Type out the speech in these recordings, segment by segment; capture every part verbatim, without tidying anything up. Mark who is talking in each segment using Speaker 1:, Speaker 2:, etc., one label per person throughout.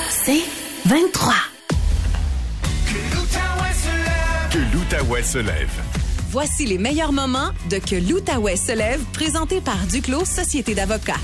Speaker 1: C'est vingt-trois.
Speaker 2: Que l'Outaouais se lève.
Speaker 3: Voici les meilleurs moments de Que l'Outaouais se lève, présenté par Duclos Société d'avocats.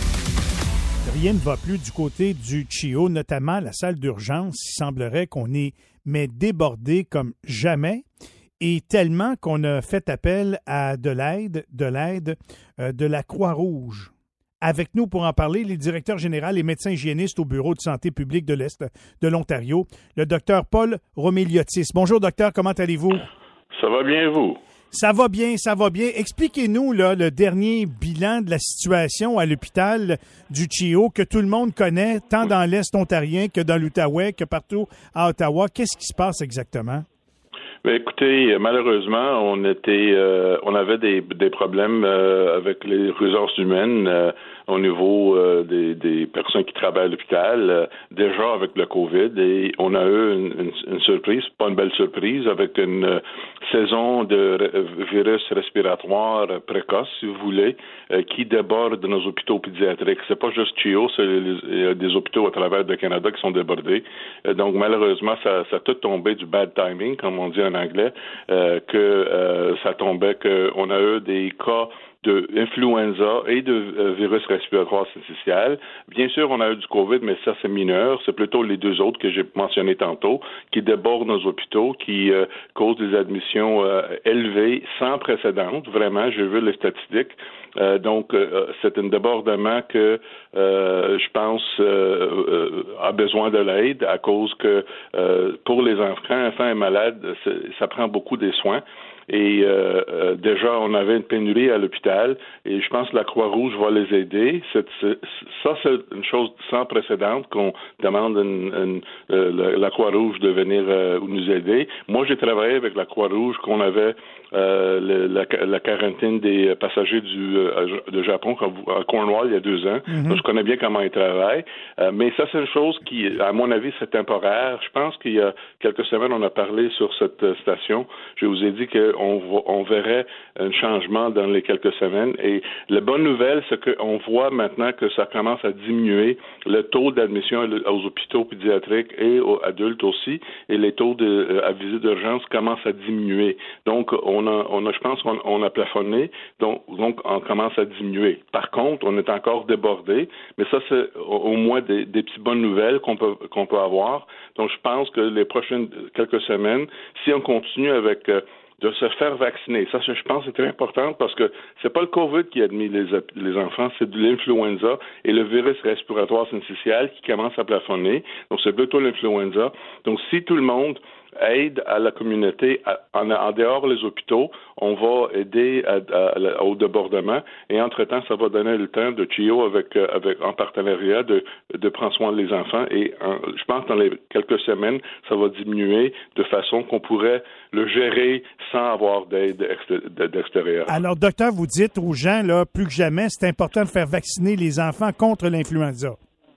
Speaker 4: Rien ne va plus du côté du C H I O, notamment la salle d'urgence. Il semblerait qu'on est mais débordé comme jamais et tellement qu'on a fait appel à de l'aide, de l'aide euh, de la Croix-Rouge. Avec nous pour en parler, les directeurs généraux et médecins hygiénistes au Bureau de santé publique de l'Est de l'Ontario, le docteur Paul Roméliottis. Bonjour docteur, comment allez-vous?
Speaker 5: Ça va bien, vous?
Speaker 4: Ça va bien, ça va bien. Expliquez-nous là, le dernier bilan de la situation à l'hôpital du C H I O que tout le monde connaît, tant dans l'Est ontarien que dans l'Outaouais, que partout à Ottawa. Qu'est-ce qui se passe exactement?
Speaker 5: Bien, écoutez, malheureusement, on était, euh, on avait des, des problèmes euh, avec les ressources humaines euh, au niveau euh, des, des personnes qui travaillent à l'hôpital, euh, déjà avec le COVID, et on a eu une, une, une surprise, pas une belle surprise, avec une euh, saison de r- virus respiratoire précoce, si vous voulez, euh, qui déborde nos hôpitaux pédiatriques. C'est pas juste C H I O, c'est les, des hôpitaux à travers le Canada qui sont débordés. Euh, donc, malheureusement, ça, ça a tout tombé du bad timing, comme on dit en anglais, euh, que euh, ça tombait, qu'on a eu des cas de influenza et de euh, virus respiratoire syncytial. Bien sûr, on a eu du COVID, mais ça, c'est mineur. C'est plutôt les deux autres que j'ai mentionnés tantôt, qui débordent nos hôpitaux, qui euh, causent des admissions euh, élevées, sans précédent. Vraiment, j'ai vu les statistiques. Euh, donc, euh, c'est un débordement que euh, je pense euh, euh, a besoin de l'aide à cause que euh, pour les enfants, enfants et malades, ça prend beaucoup des soins. Et euh, euh, déjà, on avait une pénurie à l'hôpital et je pense que la Croix-Rouge va les aider. C'est, c'est, ça, c'est une chose sans précédent qu'on demande une, une, euh, la, la Croix-Rouge de venir euh, nous aider. Moi, j'ai travaillé avec la Croix-Rouge qu'on avait euh, le, la, la quarantaine des passagers du euh, de Japon à Cornwall il y a deux ans. Mm-hmm. Donc, je connais bien comment ils travaillent. Euh, mais ça, c'est une chose qui, à mon avis, c'est temporaire. Je pense qu'il y a quelques semaines, on a parlé sur cette euh, station. Je vous ai dit que On, on verrait un changement dans les quelques semaines. Et la bonne nouvelle, c'est qu'on voit maintenant que ça commence à diminuer le taux d'admission aux hôpitaux pédiatriques et aux adultes aussi, et les taux de, à visite d'urgence commencent à diminuer. Donc, on a, on a je pense qu'on on a plafonné, donc, donc on commence à diminuer. Par contre, on est encore débordé, mais ça, c'est au moins des, des petites bonnes nouvelles qu'on peut, qu'on peut avoir. Donc, je pense que les prochaines quelques semaines, si on continue avec euh, de se faire vacciner. Ça, je pense, c'est très important parce que c'est pas le COVID qui a admis les, les enfants, c'est de l'influenza et le virus respiratoire syncytial qui commence à plafonner. Donc, c'est plutôt l'influenza. Donc, si tout le monde aide à la communauté à, en, en dehors des hôpitaux, on va aider à, à, à, au débordement et entre-temps, ça va donner le temps de C H I O avec, avec, en partenariat de, de prendre soin des enfants et en, je pense que dans les quelques semaines, ça va diminuer de façon qu'on pourrait le gérer sans avoir d'aide d'extérieur.
Speaker 4: Alors, docteur, vous dites aux gens, là, plus que jamais, c'est important de faire vacciner les enfants contre l'influenza.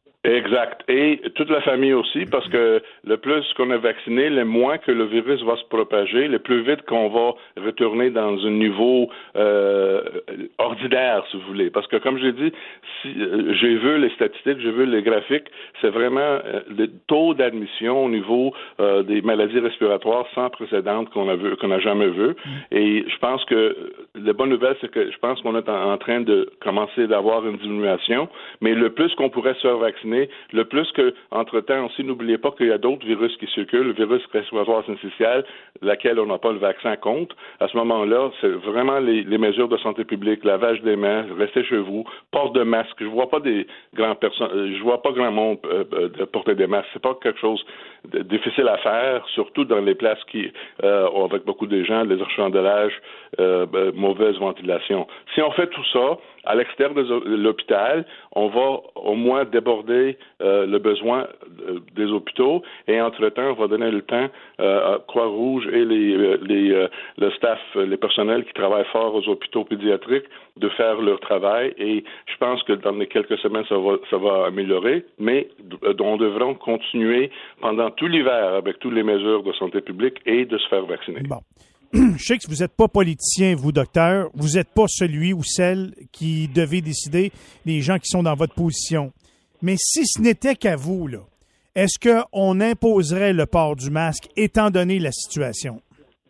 Speaker 5: Exact. Et toute la famille aussi, parce que le plus qu'on est vacciné, le moins que le virus va se propager, le plus vite qu'on va retourner dans un niveau euh, ordinaire, si vous voulez. Parce que, comme j'ai dit, si, euh, j'ai vu les statistiques, j'ai vu les graphiques, c'est vraiment euh, le taux d'admission au niveau euh, des maladies respiratoires sans précédent qu'on a vu, qu'on n'a jamais vu. Et je pense que la bonne nouvelle, c'est que je pense qu'on est en, en train de commencer d'avoir une diminution, mais le plus qu'on pourrait se faire vacciner, le plus que, entre-temps aussi, n'oubliez pas qu'il y a d'autres virus qui circulent, le virus respiratoire syncytial, laquelle on n'a pas le vaccin contre. À ce moment-là, c'est vraiment les, les mesures de santé publique, lavage des mains, restez chez vous, port de masque. Je vois pas des grands personnes, je vois pas grand monde euh, euh, porter des masques. C'est pas quelque chose de difficile à faire, surtout dans les places qui, euh, avec beaucoup de gens, les achalandelages, euh, euh, mauvaise ventilation. Si on fait tout ça, à l'extérieur de l'hôpital, on va au moins déborder euh, le besoin des hôpitaux et entre-temps, on va donner le temps euh, à Croix-Rouge et les, les, euh, le staff, les personnels qui travaillent fort aux hôpitaux pédiatriques de faire leur travail et je pense que dans les quelques semaines, ça va, ça va améliorer, mais on devra continuer pendant tout l'hiver avec toutes les mesures de santé publique et de se faire vacciner.
Speaker 4: Bon. Je sais que vous n'êtes pas politicien, vous, docteur. Vous n'êtes pas celui ou celle qui devait décider des gens qui sont dans votre position. Mais si ce n'était qu'à vous, là, Est-ce qu'on imposerait le port du masque étant donné la situation?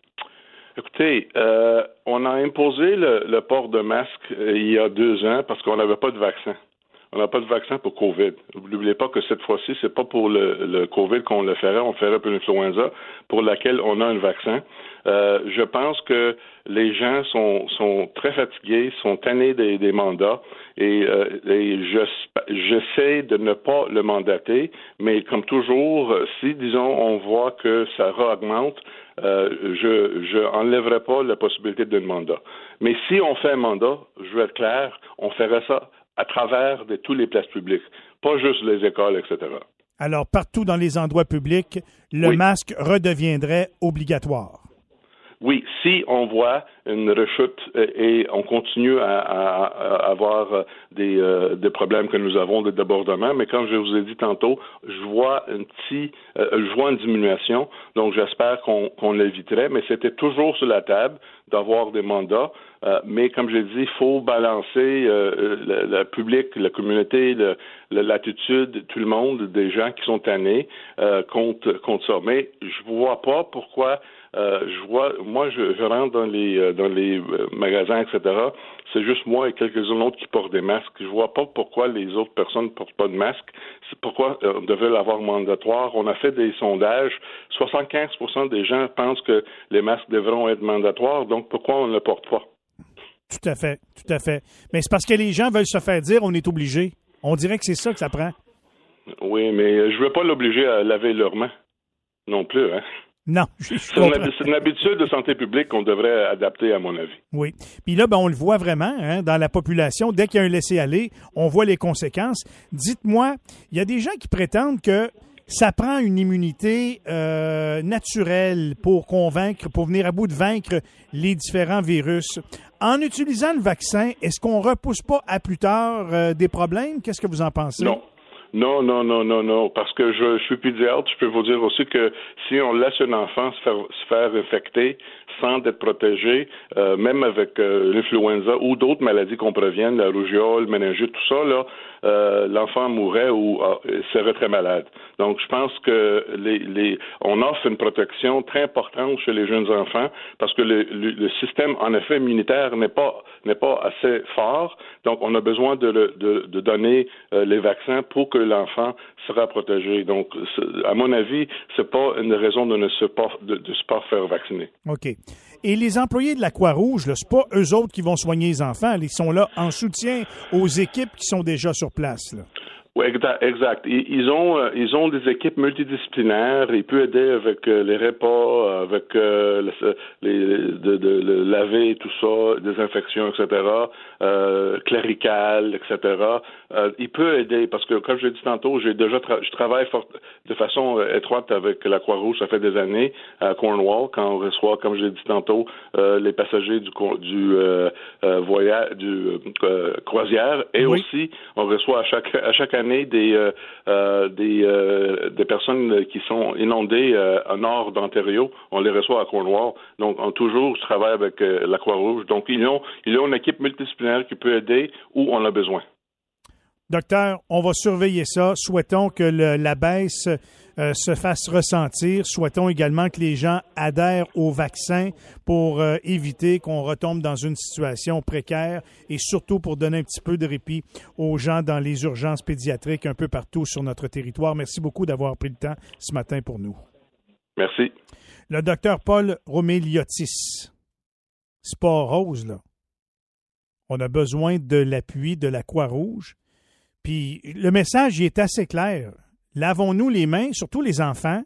Speaker 5: Écoutez, euh, on a imposé le, le port de masque euh, il y a deux ans parce qu'on n'avait pas de vaccin. On n'a pas de vaccin pour COVID. N'oubliez pas que cette fois-ci, c'est pas pour le, le COVID qu'on le ferait, on le ferait pour l'influenza, pour laquelle on a un vaccin. Euh, je pense que les gens sont, sont très fatigués, sont tannés des, des mandats, et, euh, et je, j'essaie de ne pas le mandater, mais comme toujours, si, disons, on voit que ça augmente, euh, je je enlèverai pas la possibilité d'un mandat. Mais si on fait un mandat, je vais être clair, on ferait ça à travers de toutes les places publiques, pas juste les écoles, et cetera.
Speaker 4: Alors, partout dans les endroits publics, le
Speaker 5: oui.
Speaker 4: masque redeviendrait obligatoire.
Speaker 5: Oui, si on voit une rechute et on continue à, à, à avoir des, euh, des problèmes que nous avons de débordement, mais comme je vous ai dit tantôt, je vois une petite, euh, je vois une diminution, donc j'espère qu'on, qu'on l'éviterait, mais c'était toujours sur la table d'avoir des mandats, euh, mais comme je dis, il faut balancer euh, le, le public, la communauté, le, le, l'attitude, tout le monde, des gens qui sont tannés euh, contre, contre ça. Mais je vois pas pourquoi. Euh, je vois, moi, je, je rentre dans les euh, dans les euh, magasins, et cetera. C'est juste moi et quelques-uns autres qui portent des masques. Je vois pas pourquoi les autres personnes ne portent pas de masque. C'est pourquoi euh, on devait l'avoir mandatoire. On a fait des sondages. soixante-quinze pour cent des gens pensent que les masques devront être mandatoires. Donc, pourquoi on ne le porte pas?
Speaker 4: Tout à fait, tout à fait. Mais c'est parce que les gens veulent se faire dire on est obligé. On dirait que c'est ça que ça prend.
Speaker 5: Oui, mais je ne veux pas l'obliger à laver leurs mains non plus, hein?
Speaker 4: Non, je, je
Speaker 5: c'est, une, c'est une habitude de santé publique qu'on devrait adapter, à mon avis.
Speaker 4: Oui. Puis là, ben, on le voit vraiment hein, dans la population. Dès qu'il y a un laisser-aller, on voit les conséquences. Dites-moi, il y a des gens qui prétendent que ça prend une immunité euh, naturelle pour convaincre, pour venir à bout de vaincre les différents virus. En utilisant le vaccin, est-ce qu'on repousse pas à plus tard euh, des problèmes? Qu'est-ce que vous en pensez?
Speaker 5: Non. Non, non, non, non, non, parce que je, je suis pédiatre, je peux vous dire aussi que si on laisse un enfant se faire, se faire infecter sans être protégé, euh, même avec euh, l'influenza ou d'autres maladies qu'on prévient, la rougeole, le méningite, tout ça, là, euh, l'enfant mourrait ou euh, serait très malade. Donc, je pense que les, les, on offre une protection très importante chez les jeunes enfants parce que le, le, le système, en effet, immunitaire n'est pas n'est pas assez fort. Donc, on a besoin de, de, de donner euh, les vaccins pour que l'enfant sera protégé. Donc, à mon avis, c'est pas une raison de ne se pas, de, de se pas faire vacciner.
Speaker 4: OK. Et les employés de la Croix-Rouge, là, c'est pas eux autres qui vont soigner les enfants. Ils sont là en soutien aux équipes qui sont déjà sur place, là.
Speaker 5: Oui, exact. Ils ont euh, ils ont des équipes multidisciplinaires. Ils peuvent aider avec euh, les repas, avec euh, les, de, de, de laver tout ça, désinfection, et cetera. Euh, clérical, et cetera. Euh, ils peuvent aider parce que, comme je l'ai dit tantôt, j'ai déjà tra- je travaille fort, de façon euh, étroite avec la Croix-Rouge. Ça fait des années à Cornwall quand on reçoit, comme je l'ai dit tantôt, euh, les passagers du du euh, euh, voyage du euh, croisière et oui. aussi on reçoit à chaque à chaque année des euh, euh, des euh, des personnes qui sont inondées euh, au nord d'Ontario, on les reçoit à Cornwall. Donc, on toujours je travaille avec euh, la Croix-Rouge. Donc, ils ont ils ont une équipe multidisciplinaire qui peut aider où on a besoin.
Speaker 4: Docteur, on va surveiller ça. Souhaitons que le, la baisse euh, se fasse ressentir. Souhaitons également que les gens adhèrent au vaccin pour euh, éviter qu'on retombe dans une situation précaire et surtout pour donner un petit peu de répit aux gens dans les urgences pédiatriques un peu partout sur notre territoire. Merci beaucoup d'avoir pris le temps ce matin pour nous.
Speaker 5: Merci.
Speaker 4: Le docteur Paul Roméliotis. C'est pas rose, là. On a besoin de l'appui de la Croix-Rouge. Puis le message il est assez clair. Lavons-nous les mains, surtout les enfants.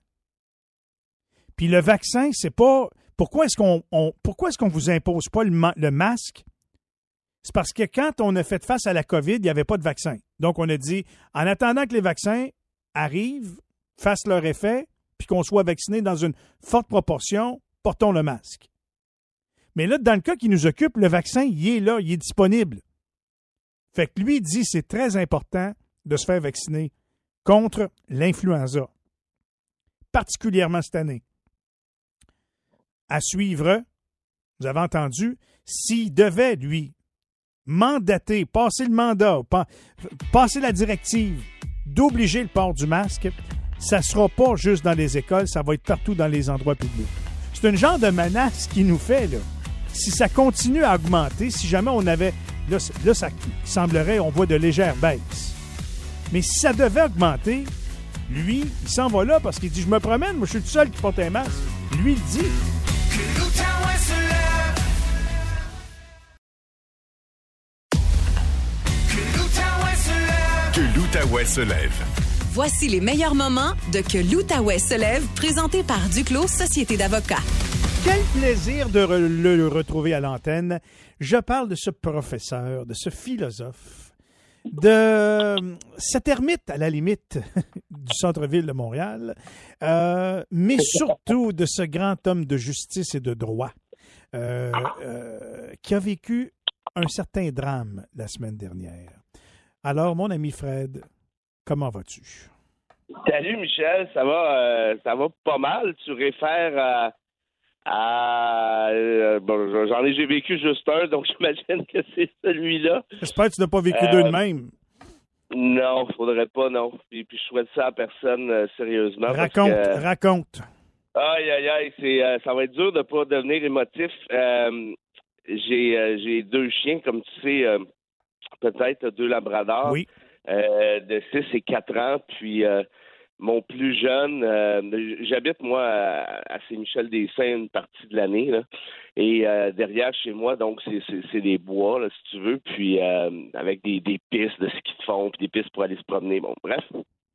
Speaker 4: Puis le vaccin, c'est pas... Pourquoi est-ce qu'on on, pourquoi est-ce qu'on vous impose pas le, ma... le masque? C'est parce que quand on a fait face à la COVID, il n'y avait pas de vaccin. Donc on a dit, en attendant que les vaccins arrivent, fassent leur effet, puis qu'on soit vacciné dans une forte proportion, portons le masque. Mais là, dans le cas qui nous occupe, le vaccin, il est là, il est disponible. Fait que lui, il dit c'est très important de se faire vacciner contre l'influenza, particulièrement cette année. À suivre, vous avez entendu, s'il devait, lui, mandater, passer le mandat, passer la directive d'obliger le port du masque, ça ne sera pas juste dans les écoles, ça va être partout dans les endroits publics. C'est une genre de menace qui nous fait, là. Si ça continue à augmenter, si jamais on avait... Là, là ça semblerait, on voit de légères baisses. Mais si ça devait augmenter, lui, il s'en va là parce qu'il dit « Je me promène, moi je suis le seul qui porte un masque. » Lui, il dit.
Speaker 2: Que l'Outaouais se lève. Que l'Outaouais se lève. Que l'Outaouais se lève.
Speaker 3: Voici les meilleurs moments de Que l'Outaouais se lève, présenté par Duclos Société d'avocats.
Speaker 4: Quel plaisir de re- le retrouver à l'antenne. Je parle de ce professeur, de ce philosophe, de cet ermite à la limite du centre-ville de Montréal, euh, mais surtout de ce grand homme de justice et de droit euh, euh, qui a vécu un certain drame la semaine dernière. Alors, mon ami Fred, comment vas-tu?
Speaker 1: Salut Michel, ça va, euh, ça va pas mal. Tu réfères à Ah, euh, bon, j'en ai, j'ai vécu juste un, donc j'imagine que c'est celui-là.
Speaker 4: J'espère que tu n'as pas vécu
Speaker 1: Euh,
Speaker 4: deux de même.
Speaker 1: Non, faudrait pas, non. Puis, puis je souhaite ça à personne, euh, sérieusement.
Speaker 4: Raconte,
Speaker 1: parce que,
Speaker 4: raconte.
Speaker 1: Aïe, aïe, aïe, c'est, euh, ça va être dur de pas devenir émotif. Euh, j'ai, euh, j'ai deux chiens, comme tu sais, euh, peut-être deux labradors,
Speaker 4: Oui.
Speaker 1: euh, de six et quatre ans, puis... Euh, Mon plus jeune, euh, j'habite, moi, à, à Saint-Michel-des-Saints une partie de l'année, là. Et euh, derrière chez moi, donc, c'est, c'est, c'est des bois, là, si tu veux, puis euh, avec des, des pistes de ski de fond, puis des pistes pour aller se promener, bon, bref.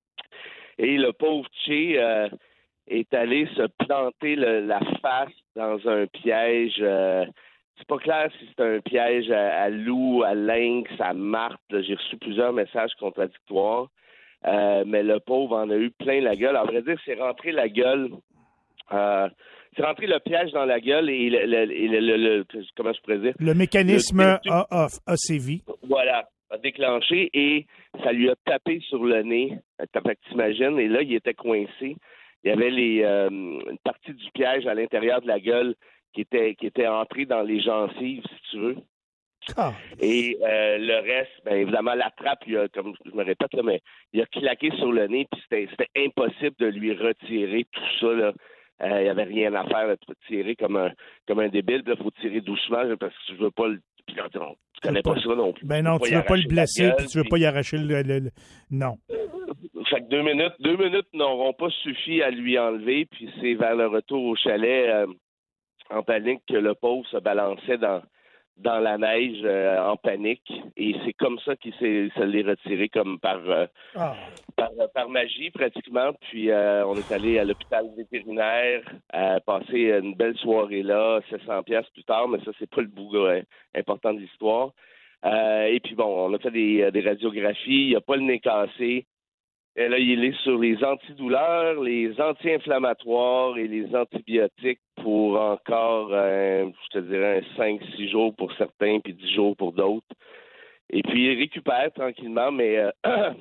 Speaker 1: Et le pauvre Tché euh, est allé se planter le, la face dans un piège. Euh, c'est pas clair si c'est un piège à, à loup, à lynx, à martre. Là. J'ai reçu plusieurs messages contradictoires. Euh, mais le pauvre en a eu plein la gueule. À vrai dire, c'est rentré la gueule. Euh, c'est rentré le piège dans la gueule et le, le, le, le, le comment je pourrais dire?
Speaker 4: Le mécanisme
Speaker 1: le,
Speaker 4: a, a, a sévi.
Speaker 1: Voilà, a déclenché et ça lui a tapé sur le nez. Fait que t'imagines, et là, il était coincé. Il y avait les euh, une partie du piège à l'intérieur de la gueule qui était qui était entrée dans les gencives, si tu veux.
Speaker 4: Ah.
Speaker 1: Et euh, le reste, bien évidemment, la trappe, il a, comme je me répète, là, mais il a claqué sur le nez, puis c'était, c'était impossible de lui retirer tout ça. Là. Euh, il n'y avait rien à faire de tirer comme un comme un débile. Il faut tirer doucement parce que tu veux pas le. Puis, non, tu connais pas, pas ça non plus.
Speaker 4: Ben non, tu veux pas le blesser, puis tu veux
Speaker 1: puis...
Speaker 4: pas y arracher le, le, le... Non.
Speaker 1: Fait que deux minutes, deux minutes n'auront pas suffi à lui enlever, puis c'est vers le retour au chalet euh, en panique que le pauvre se balançait dans. dans la neige euh, en panique et c'est comme ça qu'il s'est, ça l'est retiré comme par, euh,
Speaker 4: Ah.
Speaker 1: par, par magie pratiquement. Puis euh, on est allé à l'hôpital vétérinaire, euh, passer une belle soirée là, sept cents piastres plus tard, mais ça c'est pas le bout euh, important de l'histoire. Euh, et puis bon, on a fait des, des radiographies, il n'a pas le nez cassé. Et là, il est sur les antidouleurs, les anti-inflammatoires et les antibiotiques pour encore, euh, je te dirais, cinq six jours pour certains, puis dix jours pour d'autres. Et puis, il récupère tranquillement, mais euh,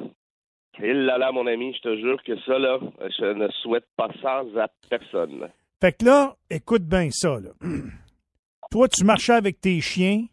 Speaker 1: il là, là, mon ami, je te jure que ça, là, je ne souhaite pas ça à personne.
Speaker 4: Fait que là, écoute bien ça, là. Toi, tu marchais avec tes chiens,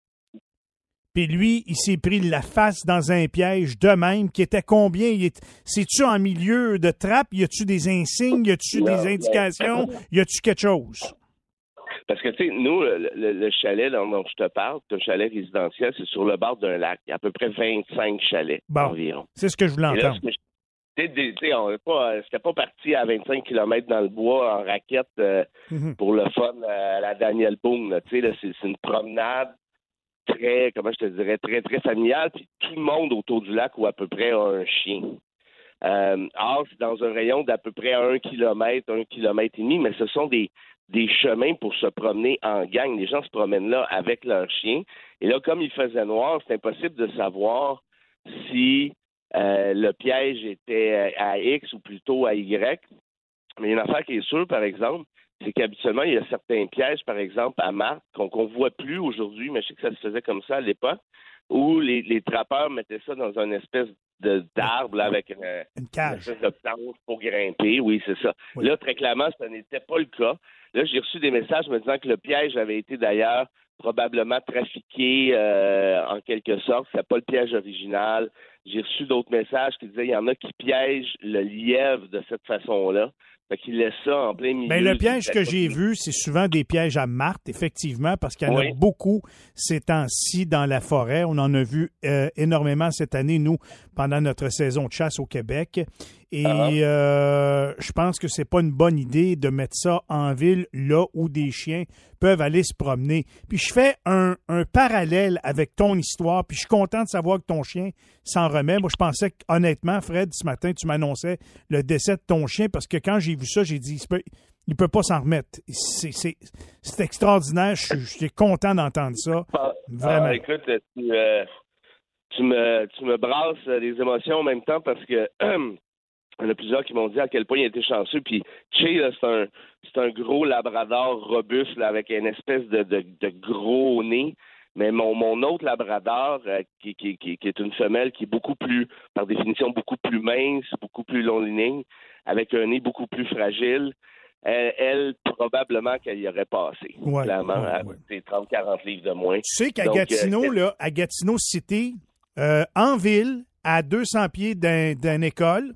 Speaker 4: puis lui, il s'est pris la face dans un piège de même, qui était combien? Il est... C'est-tu en milieu de trappe? Y a-tu des insignes? Y a-tu non, des indications? Non. Y a-tu quelque chose?
Speaker 1: Parce que, tu sais, nous, le, le, le chalet dont, dont je te parle, c'est un chalet résidentiel, c'est sur le bord d'un lac. Il y a à peu près vingt-cinq chalets bon, environ.
Speaker 4: C'est ce que je voulais entendre.
Speaker 1: Tu sais, on n'est pas, c'était pas parti à vingt-cinq kilomètres dans le bois en raquette euh, mm-hmm. pour le fun à la Daniel Boone. Tu sais, c'est, c'est une promenade très, comment je te dirais, très, très familial, puis tout le monde autour du lac ou à peu près a un chien. Euh, or, c'est dans un rayon d'à peu près un kilomètre, un kilomètre et demi, mais ce sont des, des chemins pour se promener en gang. Les gens se promènent là avec leurs chiens. Et là, comme il faisait noir, c'est impossible de savoir si euh, le piège était à X ou plutôt à Y. Mais il y a une affaire qui est sûre, par exemple, c'est qu'habituellement, il y a certains pièges, par exemple, à Marthe, qu'on ne voit plus aujourd'hui, mais je sais que ça se faisait comme ça à l'époque, où les, les trappeurs mettaient ça dans une espèce de, d'arbre là, avec une,
Speaker 4: une cage.
Speaker 1: Une espèce de planche pour grimper. Oui, c'est ça. Oui. Là, très clairement, ça n'était pas le cas. Là, j'ai reçu des messages me disant que le piège avait été d'ailleurs probablement trafiqué euh, en quelque sorte. C'est pas le piège original. j'ai reçu d'autres messages qui disaient il y en a qui piègent le lièvre de cette façon-là. Fait qu'ils laissent ça en plein milieu.
Speaker 4: Bien, le piège que j'ai vu, c'est souvent des pièges à martes, effectivement, parce qu'il y en
Speaker 1: oui.
Speaker 4: a beaucoup ces temps-ci dans la forêt. On en a vu euh, énormément cette année, nous, pendant notre saison de chasse au Québec. Et uh-huh. euh, je pense que c'est pas une bonne idée de mettre ça en ville, là où des chiens peuvent aller se promener. Puis je fais un, un parallèle avec ton histoire, puis je suis content de savoir que ton chien s'en remet. Moi, je pensais que, honnêtement, Fred, ce matin, tu m'annonçais le décès de ton chien, parce que quand j'ai vu ça, j'ai dit, il peut, il peut pas s'en remettre. C'est, c'est, c'est extraordinaire. Je, je suis content d'entendre ça. Vraiment.
Speaker 1: Ah, écoute, tu, euh, tu, me, tu me brasses les émotions en même temps, parce que il y en a plusieurs qui m'ont dit à quel point il était chanceux. Puis, Che, là, c'est un, c'est un gros labrador robuste là, avec une espèce de, de, de gros nez. Mais mon, mon autre labrador, euh, qui, qui, qui, qui est une femelle qui est beaucoup plus, par définition, beaucoup plus mince, beaucoup plus longiligne, avec un nez beaucoup plus fragile, elle, elle probablement qu'elle y aurait passé.
Speaker 4: Ouais,
Speaker 1: clairement,
Speaker 4: ouais,
Speaker 1: à
Speaker 4: ouais.
Speaker 1: ses trente à quarante livres de moins.
Speaker 4: Tu sais qu'à
Speaker 1: Donc,
Speaker 4: Gatineau,
Speaker 1: euh,
Speaker 4: là, à Gatineau City, euh, en ville, à deux cents pieds d'un, d'une école,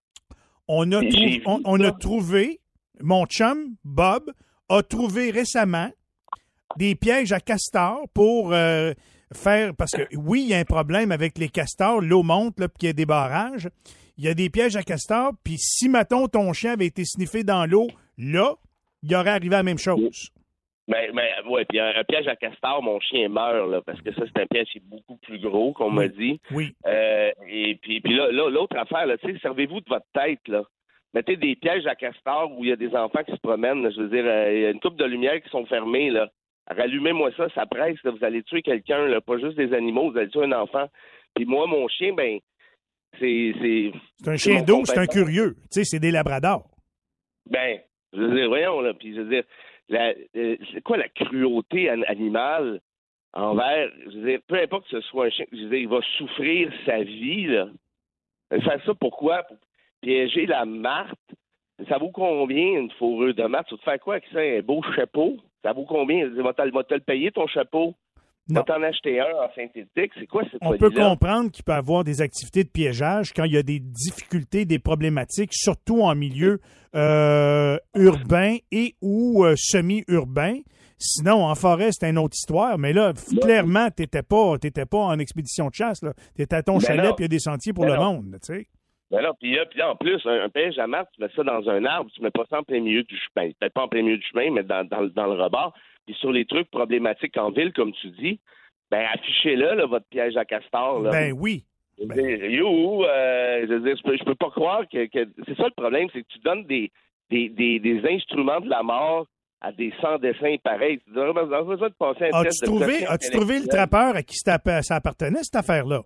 Speaker 4: On a, trou- on, on a trouvé, mon chum, Bob, a trouvé récemment des pièges à castors pour euh, faire, parce que oui, il y a un problème avec les castors, l'eau monte, là, puis il y a des barrages. Il y a des pièges à castors, puis si, mettons, ton chien avait été sniffé dans l'eau, là, il aurait arrivé la même chose.
Speaker 1: Mais, mais ouais, puis un, un piège à castor, mon chien meurt, là, parce que ça, c'est un piège qui est beaucoup plus gros, qu'on
Speaker 4: oui.
Speaker 1: m'a dit.
Speaker 4: Oui.
Speaker 1: Euh, et puis, puis là, là, l'autre affaire, là, tu sais, servez-vous de votre tête, là. Mettez des pièges à castor où il y a des enfants qui se promènent, là, je veux dire, euh, il y a une coupe de lumière qui sont fermées, là. Rallumez-moi ça, ça presse, là, vous allez tuer quelqu'un, là, pas juste des animaux, vous allez tuer un enfant. Puis moi, mon chien, ben, c'est... C'est,
Speaker 4: c'est un chien d'eau, c'est un curieux. Tu sais, c'est des labradors.
Speaker 1: Ben, je veux dire, voyons, là, puis je veux dire... La, euh, c'est quoi la cruauté an- animale envers, je veux dire, peu importe que ce soit un chien, je veux dire, il va souffrir sa vie, là. Faire ça pourquoi? Pour piéger la martre. Ça vaut combien une fourrure de martre? Tu vas te faire quoi avec ça? Un beau chapeau? Ça vaut combien? Va te, va te le payer ton chapeau?
Speaker 4: Non.
Speaker 1: Va t'en acheter un en synthétique? C'est quoi cette
Speaker 4: On
Speaker 1: folie-là?
Speaker 4: peut comprendre qu'il peut y avoir des activités de piégeage quand il y a des difficultés, des problématiques, surtout en milieu euh, urbain et ou euh, semi-urbain. Sinon, en forêt, c'est une autre histoire. Mais là,
Speaker 1: Ben,
Speaker 4: clairement, tu n'étais pas, t'étais pas en expédition de chasse. Tu étais à ton
Speaker 1: ben
Speaker 4: chalet,
Speaker 1: non.
Speaker 4: puis il y a des sentiers pour
Speaker 1: Ben
Speaker 4: le
Speaker 1: non.
Speaker 4: monde. Tu sais.
Speaker 1: Ben là, puis là, puis là, en plus, un, un piège à martre, tu mets ça dans un arbre, tu mets pas ça en plein milieu du chemin. Peut-être pas en plein milieu du chemin, mais dans, dans, dans le rebord. Puis sur les trucs problématiques en ville, comme tu dis, ben affichez-le, là, votre piège à castor. Là.
Speaker 4: Ben oui.
Speaker 1: Je veux dire, you, euh, je veux dire, je peux, je peux pas croire que, que... C'est ça le problème, c'est que tu donnes des, des, des, des instruments de la mort à des sans-dessins pareils. Tu aurais besoin de passer un
Speaker 4: As-tu
Speaker 1: test de
Speaker 4: trouvé,
Speaker 1: quotient
Speaker 4: as-tu trouvé le
Speaker 1: intellectuel.
Speaker 4: trappeur à qui ça ça appartenait, cette affaire-là?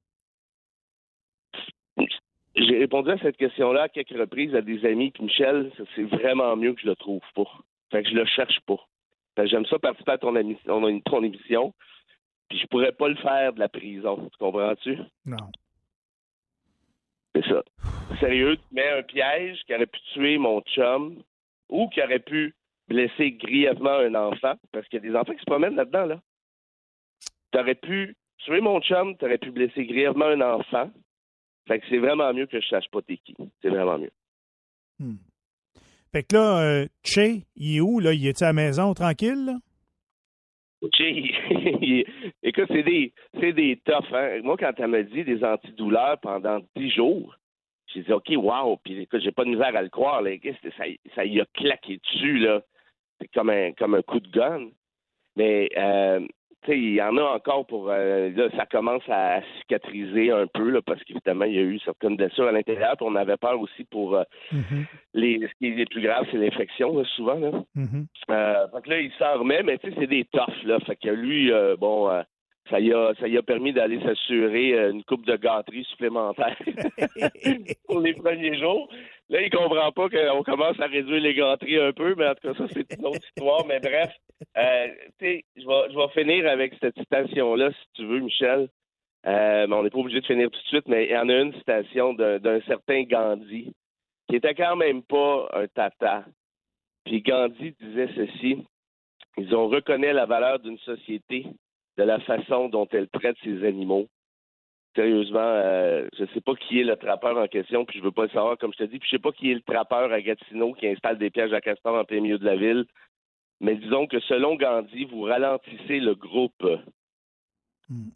Speaker 1: J'ai répondu à cette question-là à quelques reprises à des amis, puis Michel, ça, c'est vraiment mieux que je le trouve pas. Fait que je le cherche pas. Fait que j'aime ça participer à ton, émi- ton, ton émission, puis je pourrais pas le faire de la prison. Tu comprends-tu?
Speaker 4: Non.
Speaker 1: C'est ça. Sérieux, tu mets un piège qui aurait pu tuer mon chum ou qui aurait pu blesser grièvement un enfant, parce qu'il y a des enfants qui se promènent là-dedans, là. Tu aurais pu tuer mon chum, tu aurais pu blesser grièvement un enfant. Fait que c'est vraiment mieux que je sache pas t'es qui. C'est vraiment mieux.
Speaker 4: Hmm. Fait que là, euh, Che, il est où, là? Il est à la maison, tranquille, là?
Speaker 1: Che, il- écoute, c'est des, c'est des toughs, hein. Moi, quand elle m'a dit des antidouleurs pendant dix jours, j'ai dit, OK, wow. Puis écoute, j'ai pas de misère à le croire, là. Ça, ça y a claqué dessus, là. C'est comme un, comme un coup de gun. Mais, euh, tu sais, il y en a encore pour... Euh, là, ça commence à cicatriser un peu, là, parce qu'évidemment, il y a eu certaines blessures à l'intérieur. Puis on avait peur aussi pour... Euh,
Speaker 4: Mm-hmm.
Speaker 1: les, ce qui est le plus grave, c'est l'infection, là, souvent, là.
Speaker 4: Mm-hmm.
Speaker 1: Euh, fait que là, il s'en remet, mais tu sais, c'est des toughs, là. Fait que lui, euh, bon, euh, ça y a, ça y a permis d'aller s'assurer euh, une coupe de gâterie supplémentaire pour les premiers jours. Là, il comprend pas qu'on commence à réduire les gâteries un peu, mais en tout cas, ça, c'est une autre histoire. Mais bref, euh, tu sais, je vais, je vais finir avec cette citation-là, si tu veux, Michel. Euh, mais on n'est pas obligé de finir tout de suite, mais il y en a une citation d'un, d'un certain Gandhi, qui était quand même pas un tata. Puis Gandhi disait ceci: ils ont reconnu la valeur d'une société de la façon dont elle traite ses animaux. sérieusement, euh, je sais pas qui est le trappeur en question, puis je veux pas le savoir, comme je te dis, puis je sais pas qui est le trappeur à Gatineau qui installe des pièges à castor en plein milieu de la ville. Mais disons que selon Gandhi, vous ralentissez le groupe.
Speaker 4: Hmm.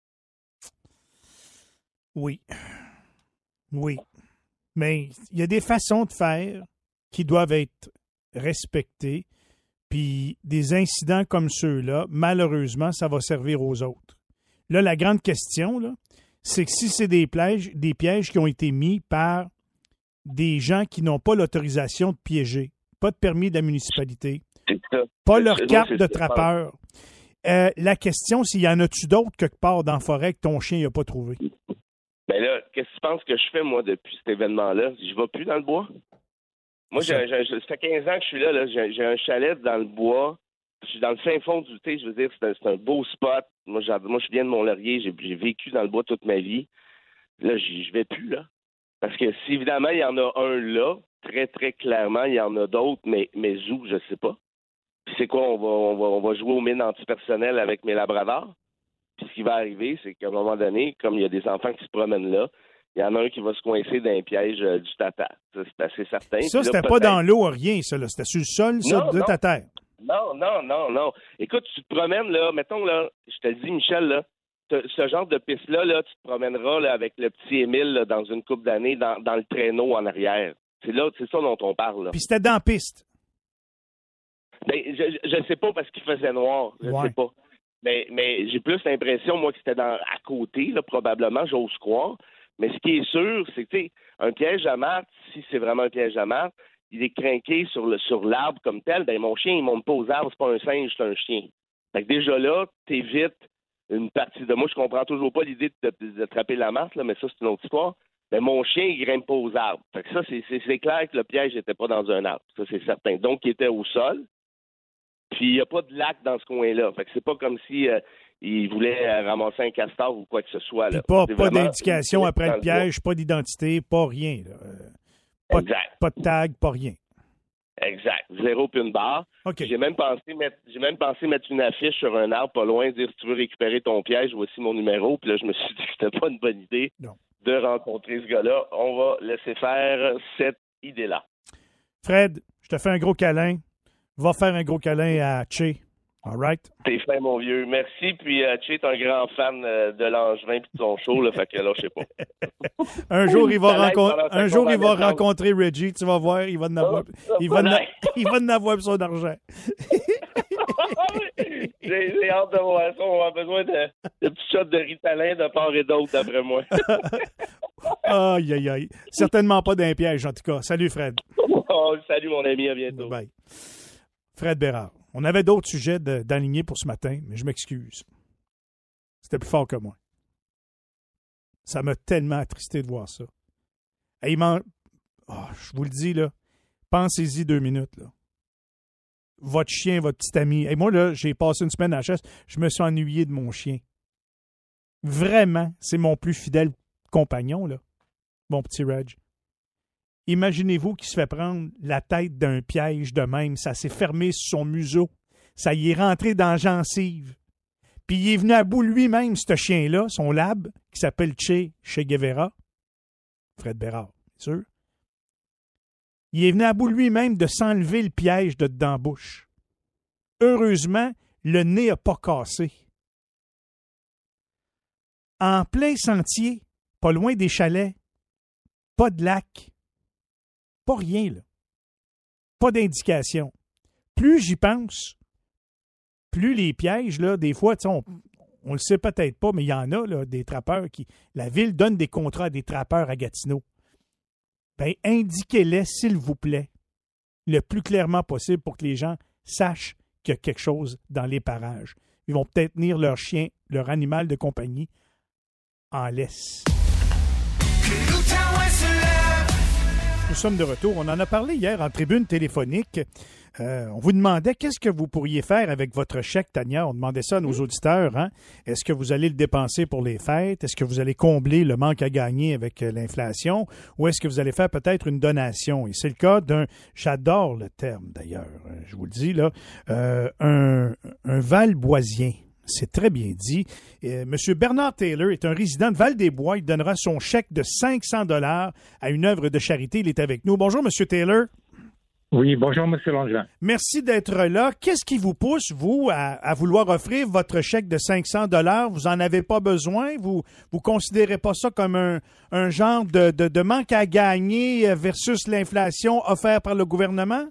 Speaker 4: Oui. Oui. Mais il y a des façons de faire qui doivent être respectées. Puis des incidents comme ceux-là, malheureusement, ça va servir aux autres. Là, la grande question, là, c'est que si c'est des pièges, des pièges qui ont été mis par des gens qui n'ont pas l'autorisation de piéger, pas de permis de la municipalité, pas leur carte de trappeur, euh, la question, s'il y en a-tu d'autres quelque part dans la forêt que ton chien n'a pas trouvé?
Speaker 1: Ben là, qu'est-ce que tu penses que je fais, moi, depuis cet événement-là? Je vais plus dans le bois? Moi, j'ai, j'ai, ça fait quinze ans que je suis là, là. J'ai, j'ai un chalet dans le bois. Je suis dans le fin fond du thé, je veux dire, c'est un, c'est un beau spot. Moi, moi, je viens de Mont-Laurier, j'ai, j'ai vécu dans le bois toute ma vie. Là, je vais plus, là. Parce que si, évidemment, il y en a un là, très, très clairement, il y en a d'autres, mais, mais où, je sais pas. Puis c'est quoi, on va, on va, on va jouer aux mines antipersonnelles avec mes labradors? Puis ce qui va arriver, c'est qu'à un moment donné, comme il y a des enfants qui se promènent là, il y en a un qui va se coincer dans un piège euh, du tata. Ça, c'est assez certain.
Speaker 4: Ça,
Speaker 1: là,
Speaker 4: c'était
Speaker 1: peut-être...
Speaker 4: pas dans l'eau, rien, ça, là. C'était sur le sol, ça,
Speaker 1: non,
Speaker 4: de
Speaker 1: non.
Speaker 4: ta terre.
Speaker 1: Non, non, non, non. Écoute, tu te promènes, là, mettons, là, je te le dis, Michel, là, ce, ce genre de piste-là, là, tu te promèneras là, avec le petit Émile là, dans une couple d'années dans, dans le traîneau en arrière. C'est là, c'est ça dont on parle. Là.
Speaker 4: Puis c'était dans la piste.
Speaker 1: Ben, je ne sais pas parce qu'il faisait noir. Je ne
Speaker 4: Ouais.
Speaker 1: sais pas. Mais, mais j'ai plus l'impression, moi, que c'était dans, à côté, là, probablement, j'ose croire. Mais ce qui est sûr, c'est que, tu sais, un piège à martre, si c'est vraiment un piège à martre, il est crinqué sur, le, sur l'arbre comme tel. Ben, mon chien, il monte pas aux arbres, c'est pas un singe, c'est un chien. Fait que déjà là, t'évites une partie de moi. Je comprends toujours pas l'idée de, de, d'attraper la martre, là, mais ça, c'est une autre histoire. Mais mon chien, il grimpe pas aux arbres. Fait que ça, c'est, c'est, c'est clair que le piège n'était pas dans un arbre. Ça, c'est certain. Donc, il était au sol. Puis, il n'y a pas de lac dans ce coin-là. Fait que c'est pas comme si euh, il voulait euh, ramasser un castor ou quoi que ce soit. Là.
Speaker 4: Puis pas,
Speaker 1: C'est
Speaker 4: pas
Speaker 1: vraiment...
Speaker 4: d'indication après le piège, pas d'identité, pas rien. Là. Pas,
Speaker 1: exact.
Speaker 4: Pas de tag, pas rien.
Speaker 1: Exact. Zéro puis une barre.
Speaker 4: Okay.
Speaker 1: J'ai même pensé mettre j'ai même pensé mettre une affiche sur un arbre pas loin, dire si tu veux récupérer ton piège, voici mon numéro. Puis là, je me suis dit que c'était pas une bonne idée
Speaker 4: non.
Speaker 1: de rencontrer ce gars-là. On va laisser faire cette idée-là.
Speaker 4: Fred, je te fais un gros câlin. Va faire un gros câlin à Che. All right?
Speaker 1: T'es fin, mon vieux. Merci. Puis, euh, Che est un grand fan euh, de Langevin et de son show, là, fait que là, je sais pas.
Speaker 4: un jour, il va, renco- un jour, il va rencontrer Reggie. Tu vas voir, il va en avoir, oh, il va en, il va en avoir son argent.
Speaker 1: j'ai, j'ai hâte de voir ça. On a besoin de, de petits shots de Ritalin de part et d'autre, d'après moi.
Speaker 4: Aïe, aïe, aïe. Certainement pas d'un piège, en tout cas. Salut, Fred.
Speaker 1: Oh, salut, mon ami. À bientôt.
Speaker 4: Bye. Fred Bérard. On avait d'autres sujets de, d'aligner pour ce matin, mais je m'excuse. C'était plus fort que moi. Ça m'a tellement attristé de voir ça. Et il m'en... Oh, je vous le dis, là, pensez-y deux minutes. Là. Votre chien, votre petit ami. Et moi, là, j'ai passé une semaine à la chasse, je me suis ennuyé de mon chien. Vraiment, c'est mon plus fidèle compagnon, là, mon petit Reg. Imaginez-vous qu'il se fait prendre la tête d'un piège de même. Ça s'est fermé sur son museau. Ça y est rentré dans la gencive. Puis il est venu à bout lui-même, ce chien-là, son lab, qui s'appelle Che, Che Guevara. Fred Bérard, c'est sûr. Il est venu à bout lui-même de s'enlever le piège de dedans la bouche. Heureusement, le nez n'a pas cassé. En plein sentier, pas loin des chalets, pas de lac. Pas rien, là. Pas d'indication. Plus j'y pense, plus les pièges, là, des fois, on, on le sait peut-être pas, mais il y en a, là, des trappeurs qui... La ville donne des contrats à des trappeurs à Gatineau. Bien, indiquez-les, s'il vous plaît, le plus clairement possible pour que les gens sachent qu'il y a quelque chose dans les parages. Ils vont peut-être tenir leur chien, leur animal de compagnie, en laisse. Nous sommes de retour. On en a parlé hier en tribune téléphonique. Euh, on vous demandait qu'est-ce que vous pourriez faire avec votre chèque, Tania. On demandait ça à nos auditeurs. Hein? Est-ce que vous allez le dépenser pour les fêtes? Est-ce que vous allez combler le manque à gagner avec l'inflation? Ou est-ce que vous allez faire peut-être une donation? Et c'est le cas d'un... J'adore le terme, d'ailleurs. Je vous le dis, là. Euh, un, un valboisien. C'est très bien dit. Euh, Monsieur Bernard Taylor est un résident de Val-des-Bois. Il donnera son chèque de cinq cents dollars à une œuvre de charité. Il est avec nous. Bonjour, Monsieur Taylor.
Speaker 6: Oui, bonjour, M. Langevin.
Speaker 4: Merci d'être là. Qu'est-ce qui vous pousse, vous, à, à vouloir offrir votre chèque de cinq cents dollars? Vous n'en avez pas besoin? Vous vous considérez pas ça comme un, un genre de, de, de manque à gagner versus l'inflation offerte par le gouvernement?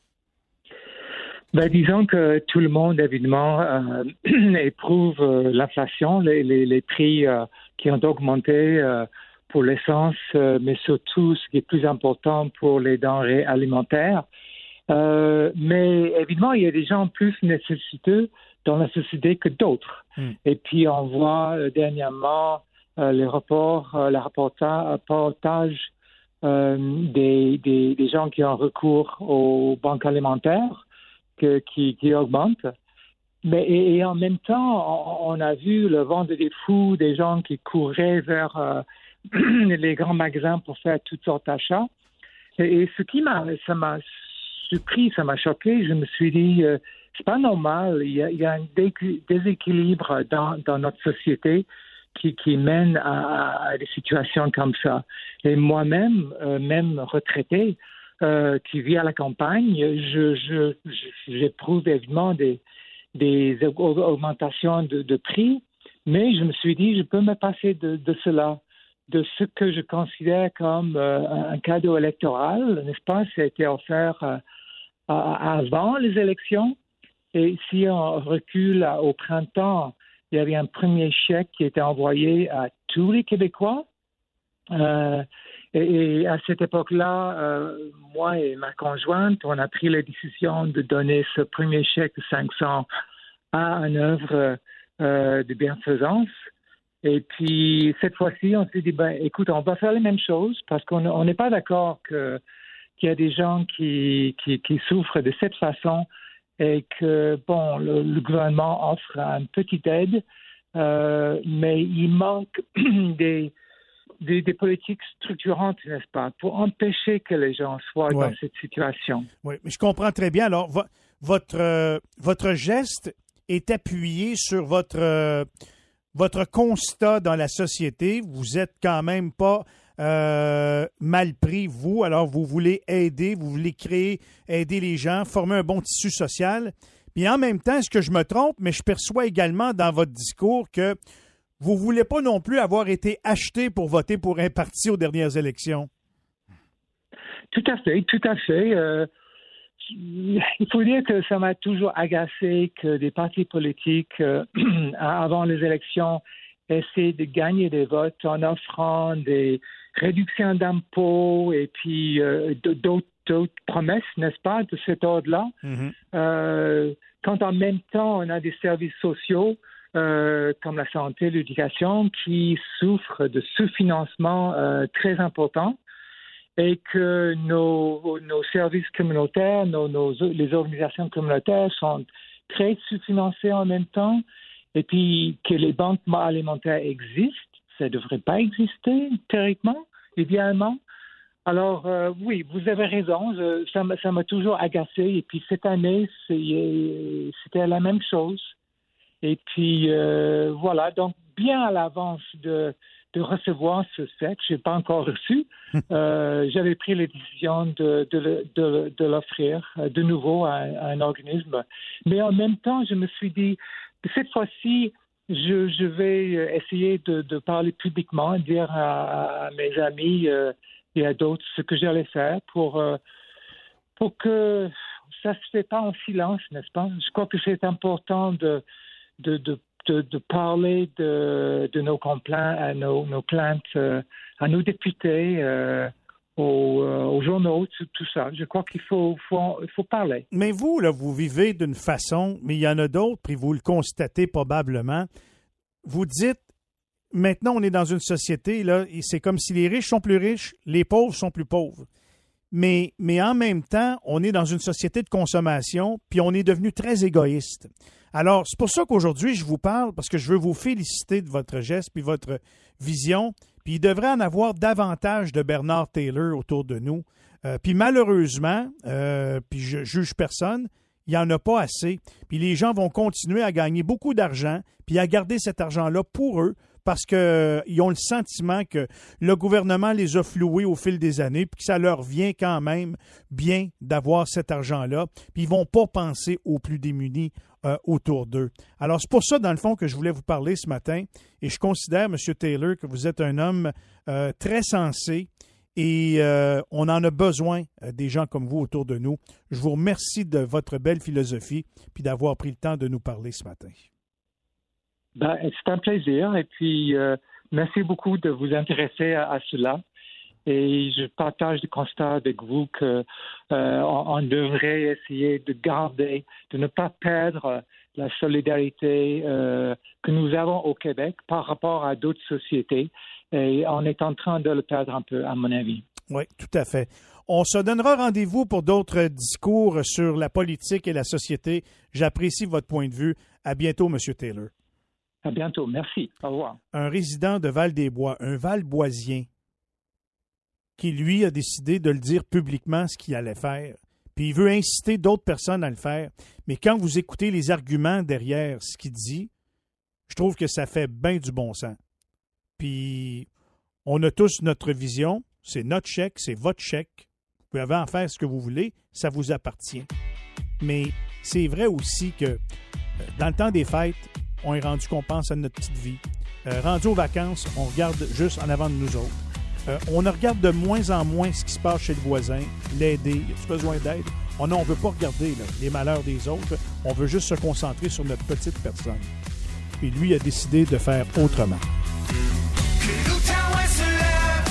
Speaker 6: Ben, disons que tout le monde, évidemment, euh, éprouve euh, l'inflation, les, les, les prix euh, qui ont augmenté euh, pour l'essence, euh, mais surtout, ce qui est plus important, pour les denrées alimentaires. Euh, mais évidemment, il y a des gens plus nécessiteux dans la société que d'autres. Mm. Et puis, on voit euh, dernièrement euh, les rapports, euh, les reportages euh, des, des, des gens qui ont recours aux banques alimentaires que, qui, qui augmentent. Mais et, et en même temps, on, on a vu le vent des fous, des gens qui couraient vers euh, les grands magasins pour faire toutes sortes d'achats. Et, et ce qui m'a, ça m'a surpris, ça m'a choqué. Je me suis dit, euh, c'est pas normal. Il y a, il y a un déséquilibre dans, dans notre société qui, qui mène à, à des situations comme ça. Et moi-même, euh, même retraité, euh, qui vit à la campagne, je, je, je, j'éprouve évidemment des, des augmentations de, de prix, mais je me suis dit, je peux me passer de, de cela. De ce que je considère comme euh, un cadeau électoral, n'est-ce pas? Ça a été offert euh, avant les élections. Et si on recule au printemps, il y avait un premier chèque qui était envoyé à tous les Québécois. Euh, et, et à cette époque-là, euh, moi et ma conjointe, on a pris la décision de donner ce premier chèque de cinq cents à une œuvre euh, de bienfaisance. Et puis, cette fois-ci, on s'est dit, ben, écoute, on va faire les mêmes choses parce qu'on n'est pas d'accord que, qu'il y a des gens qui, qui, qui souffrent de cette façon et que, bon, le, le gouvernement offre une petite aide, euh, mais il manque des, des, des politiques structurantes, n'est-ce pas, pour empêcher que les gens soient ouais. dans cette situation.
Speaker 4: Oui, mais je comprends très bien. Alors, vo- votre, euh, votre geste est appuyé sur votre... Euh, Votre constat dans la société, vous êtes quand même pas euh, mal pris, vous. Alors, vous voulez aider, vous voulez créer, aider les gens, former un bon tissu social. Puis en même temps, est-ce que je me trompe, mais je perçois également dans votre discours que vous ne voulez pas non plus avoir été acheté pour voter pour un parti aux dernières élections.
Speaker 6: Tout à fait, tout à fait. Euh... Il faut dire que ça m'a toujours agacé que des partis politiques, euh, avant les élections, essaient de gagner des votes en offrant des réductions d'impôts et puis euh, d'autres, d'autres promesses, n'est-ce pas, de cet ordre-là. Mm-hmm. Euh, quand en même temps, on a des services sociaux euh, comme la santé, l'éducation, qui souffrent de sous-financement euh, très important. Et que nos, nos services communautaires, nos, nos, les organisations communautaires sont très sous-financées en même temps, et puis que les banques alimentaires existent, ça ne devrait pas exister théoriquement, idéalement. Alors, euh, oui, vous avez raison, je, ça, ça m'a toujours agacé, et puis cette année, c'est, c'était la même chose. Et puis, euh, voilà, donc bien à l'avance de... de recevoir ce chèque. Je n'ai pas encore reçu. Euh, j'avais pris la décision de, de, de, de l'offrir de nouveau à, à un organisme. Mais en même temps, je me suis dit, cette fois-ci, je, je vais essayer de, de parler publiquement, dire à, à mes amis euh, et à d'autres ce que j'allais faire pour, euh, pour que ça ne se fait pas en silence, n'est-ce pas? Je crois que c'est important de, de, de De, de parler de, de nos complaintes, à nos, nos plaintes, euh, à nos députés, euh, aux, euh, aux journaux, tout, tout ça. Je crois qu'il faut, faut, il faut parler.
Speaker 4: Mais vous, là, vous vivez d'une façon, mais il y en a d'autres, puis vous le constatez probablement. Vous dites, maintenant, on est dans une société, là, et c'est comme si les riches sont plus riches, les pauvres sont plus pauvres. Mais, mais en même temps, on est dans une société de consommation, puis on est devenu très égoïste. Alors, c'est pour ça qu'aujourd'hui, je vous parle, parce que je veux vous féliciter de votre geste puis votre vision. Puis il devrait en avoir davantage de Bernard Taylor autour de nous. Euh, puis malheureusement, euh, puis je juge personne, il n'y en a pas assez. Puis les gens vont continuer à gagner beaucoup d'argent, puis à garder cet argent-là pour eux, parce qu'ils euh, ont le sentiment que le gouvernement les a floués au fil des années, puis que ça leur vient quand même bien d'avoir cet argent-là, puis ils ne vont pas penser aux plus démunis euh, autour d'eux. Alors, c'est pour ça, dans le fond, que je voulais vous parler ce matin, et je considère, M. Taylor, que vous êtes un homme euh, très sensé, et euh, on en a besoin, euh, des gens comme vous autour de nous. Je vous remercie de votre belle philosophie, puis d'avoir pris le temps de nous parler ce matin.
Speaker 6: Ben, c'est un plaisir et puis euh, merci beaucoup de vous intéresser à, à cela. Et je partage le constat avec vous que euh, on, on devrait essayer de garder, de ne pas perdre la solidarité euh, que nous avons au Québec par rapport à d'autres sociétés. Et on est en train de le perdre un peu, à mon avis.
Speaker 4: Oui, tout à fait. On se donnera rendez-vous pour d'autres discours sur la politique et la société. J'apprécie votre point de vue. À bientôt, M. Taylor.
Speaker 6: À bientôt. Merci. Au revoir.
Speaker 4: Un résident de Val-des-Bois, un Val-Boisien, qui, lui, a décidé de le dire publiquement ce qu'il allait faire. Puis il veut inciter d'autres personnes à le faire. Mais quand vous écoutez les arguments derrière ce qu'il dit, je trouve que ça fait bien du bon sens. Puis on a tous notre vision. C'est notre chèque, c'est votre chèque. Vous pouvez en faire ce que vous voulez. Ça vous appartient. Mais c'est vrai aussi que dans le temps des fêtes, on est rendu qu'on pense à notre petite vie. Euh, rendu aux vacances, on regarde juste en avant de nous autres. Euh, on regarde de moins en moins ce qui se passe chez le voisin, l'aider. Y a-t-il besoin d'aide? Oh non, on ne veut pas regarder là, les malheurs des autres. On veut juste se concentrer sur notre petite personne. Et lui a décidé de faire autrement.
Speaker 2: Que l'Outaouais se lève.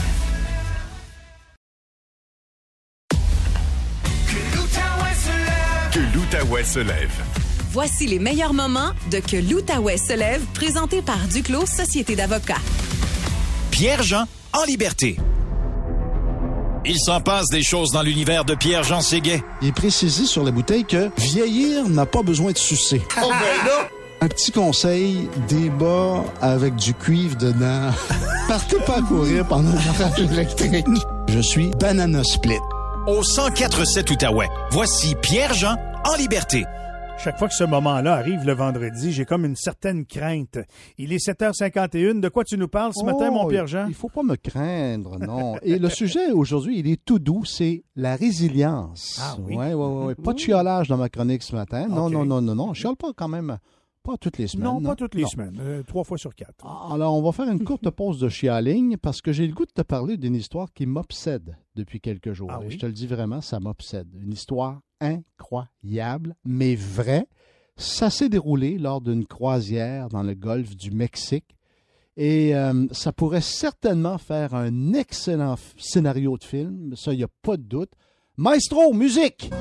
Speaker 2: Que l'Outaouais se lève. Que l'Outaouais se lève.
Speaker 3: Voici les meilleurs moments de Que l'Outaouais se lève, présenté par Duclos Société d'avocats.
Speaker 7: Pierre-Jean en liberté. Il s'en passe des choses dans l'univers de Pierre-Jean Séguin.
Speaker 8: Il est précisé sur la bouteille que vieillir n'a pas besoin de sucer.
Speaker 7: Oh ben là!
Speaker 8: Un petit conseil, des bas avec du cuivre dedans. Partez pas à courir pendant l'orage électrique. Je suis Banana Split.
Speaker 7: Au cent quatre sept Outaouais, voici Pierre-Jean en liberté.
Speaker 4: Chaque fois que ce moment-là arrive le vendredi, j'ai comme une certaine crainte. Il est sept heures cinquante et une. De quoi tu nous parles ce
Speaker 8: oh,
Speaker 4: matin, mon Pierre-Jean?
Speaker 8: Il faut pas me craindre, non. Et le sujet aujourd'hui, il est tout doux, c'est la résilience.
Speaker 4: Ah oui?
Speaker 8: Oui, oui, oui. Ouais. Pas de chiolage dans ma chronique ce matin. Non,
Speaker 4: okay.
Speaker 8: non, non, non, non. Je chiole pas quand même. Pas toutes les semaines.
Speaker 4: Non,
Speaker 8: non.
Speaker 4: pas toutes les
Speaker 8: non.
Speaker 4: semaines. Euh, trois fois sur quatre.
Speaker 8: Alors, on va faire une courte pause de chialing parce que j'ai le goût de te parler d'une histoire qui m'obsède depuis quelques jours.
Speaker 4: Ah
Speaker 8: Et
Speaker 4: oui?
Speaker 8: je te le dis vraiment, ça m'obsède. Une histoire incroyable, mais vraie. Ça s'est déroulé lors d'une croisière dans le golfe du Mexique. Et euh, ça pourrait certainement faire un excellent f- scénario de film. Ça, il n'y a pas de doute. Maestro, musique!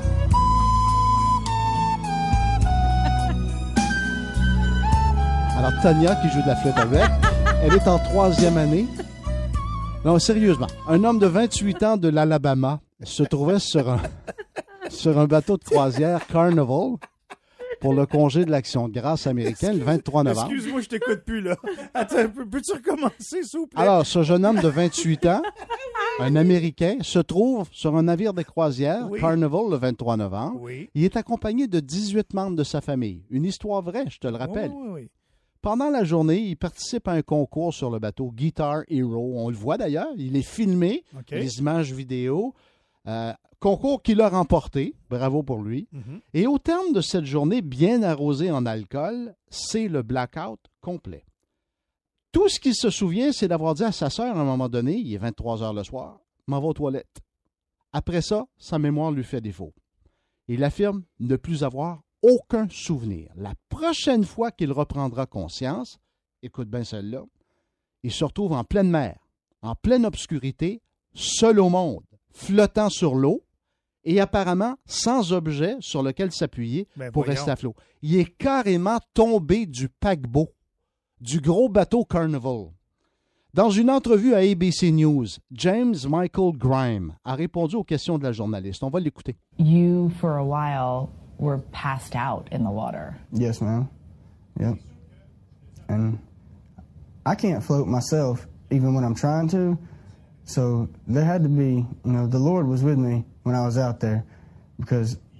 Speaker 8: Alors, Tania, qui joue de la flûte avec, elle est en troisième année. Non, sérieusement, un homme de vingt-huit ans de l'Alabama se trouvait sur un, sur un bateau de croisière Carnival pour le congé de l'Action de grâce américaine le vingt-trois novembre.
Speaker 4: Excuse-moi, je t'écoute plus, là. Attends, peux-tu recommencer, s'il vous plaît?
Speaker 8: Alors, ce jeune homme de vingt-huit ans, un Américain, se trouve sur un navire de croisière,
Speaker 4: oui.
Speaker 8: Carnival, le vingt-trois novembre.
Speaker 4: Oui.
Speaker 8: Il est accompagné de dix-huit membres de sa famille. Une histoire vraie, je te le rappelle.
Speaker 4: Oui, oui, oui.
Speaker 8: Pendant la journée, il participe à un concours sur le bateau Guitar Hero. On le voit d'ailleurs, il est filmé,
Speaker 4: Okay.
Speaker 8: les images vidéo. Euh, concours qu'il a remporté, bravo pour lui.
Speaker 4: Mm-hmm.
Speaker 8: Et au terme de cette journée bien arrosée en alcool, c'est le blackout complet. Tout ce qu'il se souvient, c'est d'avoir dit à sa sœur à un moment donné, il est vingt-trois heures le soir, « m'en va aux toilettes ». Après ça, sa mémoire lui fait défaut. Il affirme ne plus avoir aucun souvenir. La prochaine fois qu'il reprendra conscience, écoute bien celle-là, il se retrouve en pleine mer, en pleine obscurité, seul au monde, flottant sur l'eau et apparemment sans objet sur lequel s'appuyer
Speaker 4: Ben,
Speaker 8: pour
Speaker 4: voyons.
Speaker 8: rester à flot. Il est carrément tombé du paquebot, du gros bateau Carnival. Dans une entrevue à A B C News, James Michael Grime a répondu aux questions de la journaliste. On va l'écouter.
Speaker 9: You, for a while, were passed out in the water.
Speaker 10: Yes, ma'am. Yep. And I can't float myself, even when I'm trying to. So there had to be, you know, the Lord was with me when I was out there, because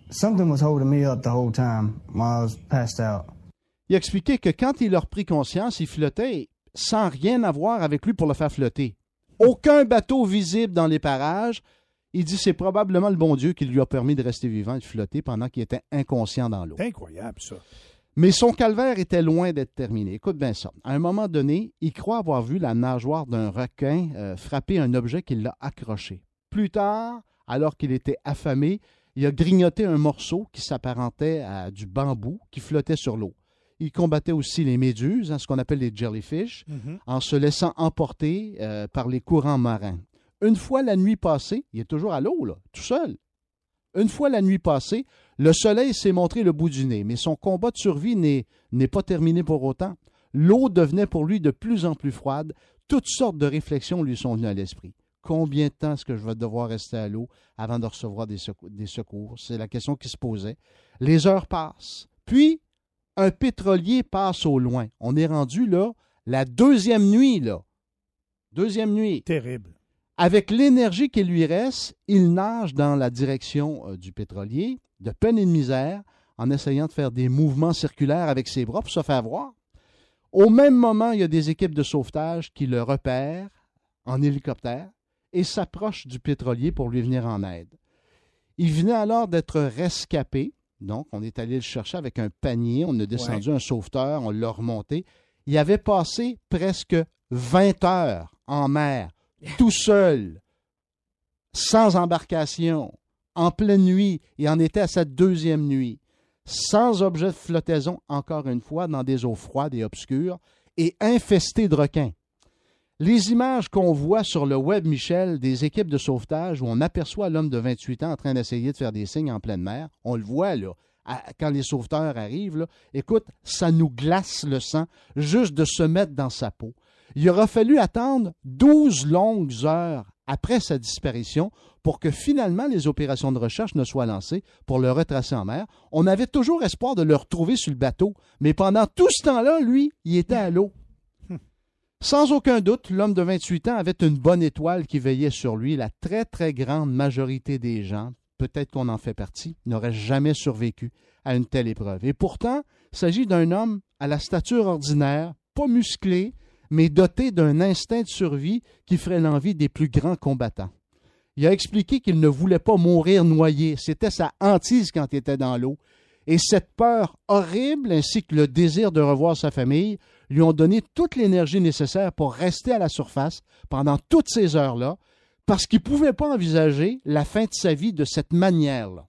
Speaker 10: something was holding me up the whole time while I was passed out.
Speaker 8: Il a expliqué que quand il a repris conscience, il flottait sans rien avoir avec lui pour le faire flotter. Aucun bateau visible dans les parages. Il dit que c'est probablement le bon Dieu qui lui a permis de rester vivant et de flotter pendant qu'il était inconscient dans l'eau.
Speaker 4: C'est incroyable, ça.
Speaker 8: Mais son calvaire était loin d'être terminé. Écoute bien ça. À un moment donné, il croit avoir vu la nageoire d'un requin euh, frapper un objet qui l'a accroché. Plus tard, alors qu'il était affamé, il a grignoté un morceau qui s'apparentait à du bambou qui flottait sur l'eau. Il combattait aussi les méduses, hein, ce qu'on appelle les jellyfish, mm-hmm. en se laissant emporter euh, par les courants marins. Une fois la nuit passée, il est toujours à l'eau, là, tout seul. Une fois la nuit passée, le soleil s'est montré le bout du nez, mais son combat de survie n'est, n'est pas terminé pour autant. L'eau devenait pour lui de plus en plus froide. Toutes sortes de réflexions lui sont venues à l'esprit. Combien de temps est-ce que je vais devoir rester à l'eau avant de recevoir des secours? Des secours? C'est la question qui se posait. Les heures passent. Puis, un pétrolier passe au loin. On est rendu là, la deuxième nuit, là. Deuxième nuit.
Speaker 4: Terrible.
Speaker 8: Avec l'énergie qui lui reste, il nage dans la direction euh, du pétrolier, de peine et de misère, en essayant de faire des mouvements circulaires avec ses bras pour se faire voir. Au même moment, il y a des équipes de sauvetage qui le repèrent en hélicoptère et s'approchent du pétrolier pour lui venir en aide. Il venait alors d'être rescapé. Donc, on est allé le chercher avec un panier. On a descendu ouais. un sauveteur, on l'a remonté. Il avait passé presque vingt heures en mer, tout seul, sans embarcation, en pleine nuit. Il en était à sa deuxième nuit, sans objet de flottaison, encore une fois, dans des eaux froides et obscures, et infesté de requins. Les images qu'on voit sur le web, Michel, des équipes de sauvetage où on aperçoit l'homme de vingt-huit ans en train d'essayer de faire des signes en pleine mer, on le voit, là, à, quand les sauveteurs arrivent, là, écoute, ça nous glace le sang juste de se mettre dans sa peau. Il aura fallu attendre douze longues heures après sa disparition pour que finalement les opérations de recherche ne soient lancées pour le retracer en mer. On avait toujours espoir de le retrouver sur le bateau, mais pendant tout ce temps-là, lui, il était à l'eau. Sans aucun doute, l'homme de vingt-huit ans avait une bonne étoile qui veillait sur lui. La très, très grande majorité des gens, peut-être qu'on en fait partie, n'auraient jamais survécu à une telle épreuve. Et pourtant, il s'agit d'un homme à la stature ordinaire, pas musclé, mais doté d'un instinct de survie qui ferait l'envie des plus grands combattants. Il a expliqué qu'il ne voulait pas mourir noyé. C'était sa hantise quand il était dans l'eau. Et cette peur horrible, ainsi que le désir de revoir sa famille, lui ont donné toute l'énergie nécessaire pour rester à la surface pendant toutes ces heures-là, parce qu'il ne pouvait pas envisager la fin de sa vie de cette manière-là.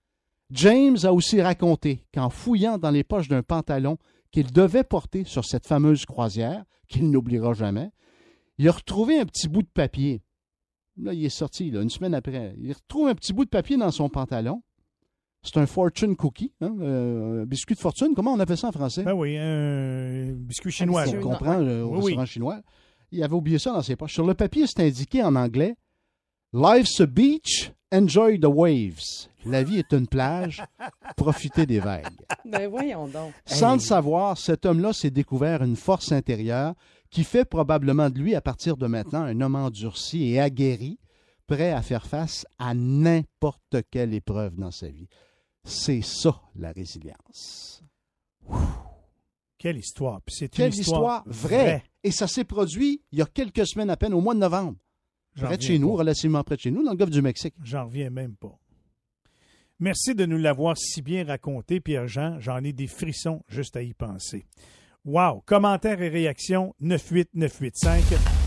Speaker 8: James a aussi raconté qu'en fouillant dans les poches d'un pantalon qu'il devait porter sur cette fameuse croisière, qu'il n'oubliera jamais, il a retrouvé un petit bout de papier. Là, il est sorti, là, une semaine après. Il retrouve un petit bout de papier dans son pantalon. C'est un fortune cookie, hein, euh, un biscuit de fortune. Comment on appelle ça en français?
Speaker 4: Ben oui, un biscuit chinois.
Speaker 8: On comprend euh, au oui, restaurant oui. chinois. Il avait oublié ça dans ses poches. Sur le papier, c'est indiqué en anglais « Life's a beach, enjoy the waves ». La vie est une plage, profitez des vagues.
Speaker 11: Ben voyons donc.
Speaker 8: Sans
Speaker 11: hey.
Speaker 8: le savoir, cet homme-là s'est découvert une force intérieure qui fait probablement de lui, à partir de maintenant, un homme endurci et aguerri, prêt à faire face à n'importe quelle épreuve dans sa vie. C'est ça, la résilience.
Speaker 4: Ouh. Quelle histoire. Puis c'est
Speaker 8: Quelle
Speaker 4: une histoire,
Speaker 8: histoire vraie. vraie. Et ça s'est produit il y a quelques semaines à peine, au mois de novembre. J'en près de chez nous, pas. relativement près de chez nous, dans le golfe du Mexique.
Speaker 4: J'en reviens même pas. Merci de nous l'avoir si bien raconté, Pierre-Jean. J'en ai des frissons juste à y penser. Wow! Commentaires et réactions, neuf huit neuf huit cinq.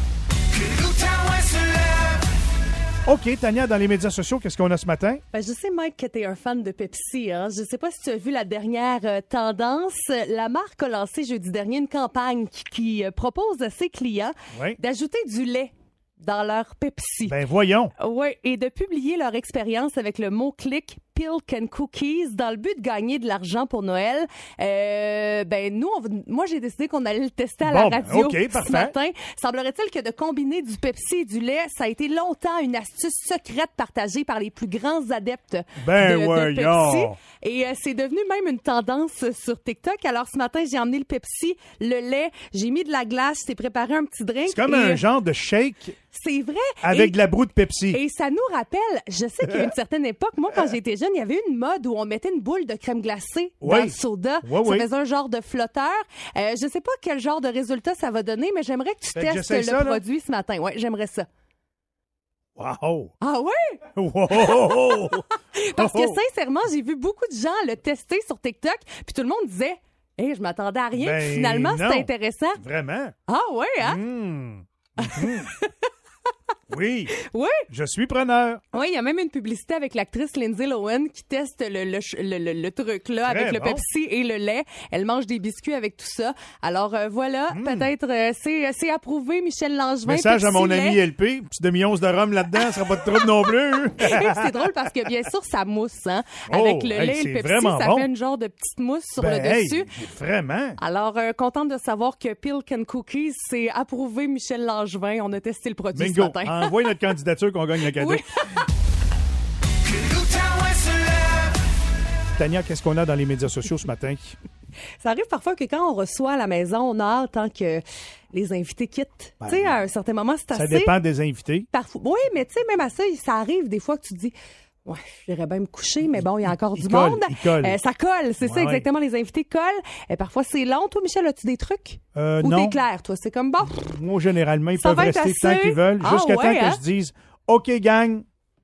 Speaker 4: OK, Tania, dans les médias sociaux, qu'est-ce qu'on a ce matin?
Speaker 11: Ben, je sais, Mike, que tu es un fan de Pepsi. Hein? Je ne sais pas si tu as vu la dernière euh, tendance. La marque a lancé jeudi dernier une campagne qui, qui euh, propose à ses clients oui. d'ajouter du lait dans leur Pepsi.
Speaker 4: Ben voyons!
Speaker 11: Oui, et de publier leur expérience avec le mot-clic Pilk and Cookies dans le but de gagner de l'argent pour Noël. Euh, ben nous, on, moi j'ai décidé qu'on allait le tester à
Speaker 4: bon,
Speaker 11: la radio
Speaker 4: okay,
Speaker 11: ce matin. Semblerait-il que de combiner du Pepsi et du lait, ça a été longtemps une astuce secrète partagée par les plus grands adeptes
Speaker 4: ben
Speaker 11: de,
Speaker 4: ouais,
Speaker 11: de Pepsi. Yo. Et euh, c'est devenu même une tendance sur TikTok. Alors ce matin, j'ai emmené le Pepsi, le lait, j'ai mis de la glace, j'ai préparé un petit drink.
Speaker 4: C'est comme
Speaker 11: et,
Speaker 4: un genre de shake.
Speaker 11: C'est vrai.
Speaker 4: Avec
Speaker 11: et,
Speaker 4: de la broue de Pepsi.
Speaker 11: Et ça nous rappelle, je sais qu'à une certaine époque, moi quand j'étais jeune, jeune, il y avait une mode où on mettait une boule de crème glacée
Speaker 4: oui.
Speaker 11: dans le soda.
Speaker 4: Oui,
Speaker 11: ça
Speaker 4: oui.
Speaker 11: faisait un genre de flotteur. Euh, je sais pas quel genre de résultat ça va donner, mais j'aimerais que tu
Speaker 4: fait
Speaker 11: testes
Speaker 4: que
Speaker 11: le
Speaker 4: ça,
Speaker 11: produit ce matin. Ouais, j'aimerais ça.
Speaker 4: Wow!
Speaker 11: Ah ouais?
Speaker 4: Wow!
Speaker 11: Parce que sincèrement, j'ai vu beaucoup de gens le tester sur TikTok, puis tout le monde disait hey, je m'attendais à rien,
Speaker 4: ben
Speaker 11: puis finalement,
Speaker 4: non.
Speaker 11: c'était intéressant.
Speaker 4: Vraiment?
Speaker 11: Ah ouais, hein?
Speaker 4: Mmh. Mmh. Oui.
Speaker 11: Oui.
Speaker 4: Je suis preneur.
Speaker 11: Oui, il y a même une publicité avec l'actrice Lindsay Lohan qui teste le, le, le, le, le truc là
Speaker 4: Très
Speaker 11: avec le
Speaker 4: bon.
Speaker 11: Pepsi et le lait. Elle mange des biscuits avec tout ça. Alors euh, voilà,
Speaker 4: Mm.
Speaker 11: peut-être euh, c'est, c'est approuvé, Michel Langevin.
Speaker 4: Message à
Speaker 11: Pepsi,
Speaker 4: mon
Speaker 11: lait.
Speaker 4: ami L P. Petit demi-once de rhum là-dedans, ça sera pas de trouble non plus.
Speaker 11: C'est drôle parce que bien sûr, ça mousse. Hein? Avec
Speaker 4: Oh,
Speaker 11: le
Speaker 4: hey,
Speaker 11: lait et
Speaker 4: c'est
Speaker 11: le Pepsi,
Speaker 4: vraiment
Speaker 11: ça
Speaker 4: bon.
Speaker 11: fait une genre de petite mousse sur
Speaker 4: Ben,
Speaker 11: le dessus.
Speaker 4: hey, vraiment.
Speaker 11: Alors, euh, contente de savoir que Pilk and Cookies, c'est approuvé Michel Langevin. On a testé le produit
Speaker 4: Bingo.
Speaker 11: ce matin.
Speaker 4: Envoie notre candidature qu'on gagne le cadeau.
Speaker 11: Oui.
Speaker 4: Tania, qu'est-ce qu'on a dans les médias sociaux ce matin?
Speaker 11: Ça arrive parfois que quand on reçoit à la maison, on a hâte tant que les invités quittent.
Speaker 4: Ben,
Speaker 11: tu sais, à un certain moment, c'est assez...
Speaker 4: Ça dépend des invités.
Speaker 11: Parfois... Oui, mais tu sais, même à ça, ça arrive des fois que tu te dis... Ouais, j'irais bien me coucher, mais bon, il y a encore
Speaker 4: il
Speaker 11: du
Speaker 4: colle,
Speaker 11: monde.
Speaker 4: il colle.
Speaker 11: Euh, ça colle, c'est
Speaker 4: Ouais,
Speaker 11: ça exactement. Les invités collent. Et parfois, c'est long. Toi, Michel, as-tu des trucs?
Speaker 4: Euh,
Speaker 11: Ou
Speaker 4: non.
Speaker 11: t'es clair, toi? C'est comme bon.
Speaker 4: Moi, généralement, ils
Speaker 11: Ça
Speaker 4: peuvent
Speaker 11: va être
Speaker 4: rester
Speaker 11: assez?
Speaker 4: tant qu'ils veulent,
Speaker 11: Ah,
Speaker 4: jusqu'à
Speaker 11: ouais,
Speaker 4: temps
Speaker 11: hein?
Speaker 4: que je dise « OK, gang,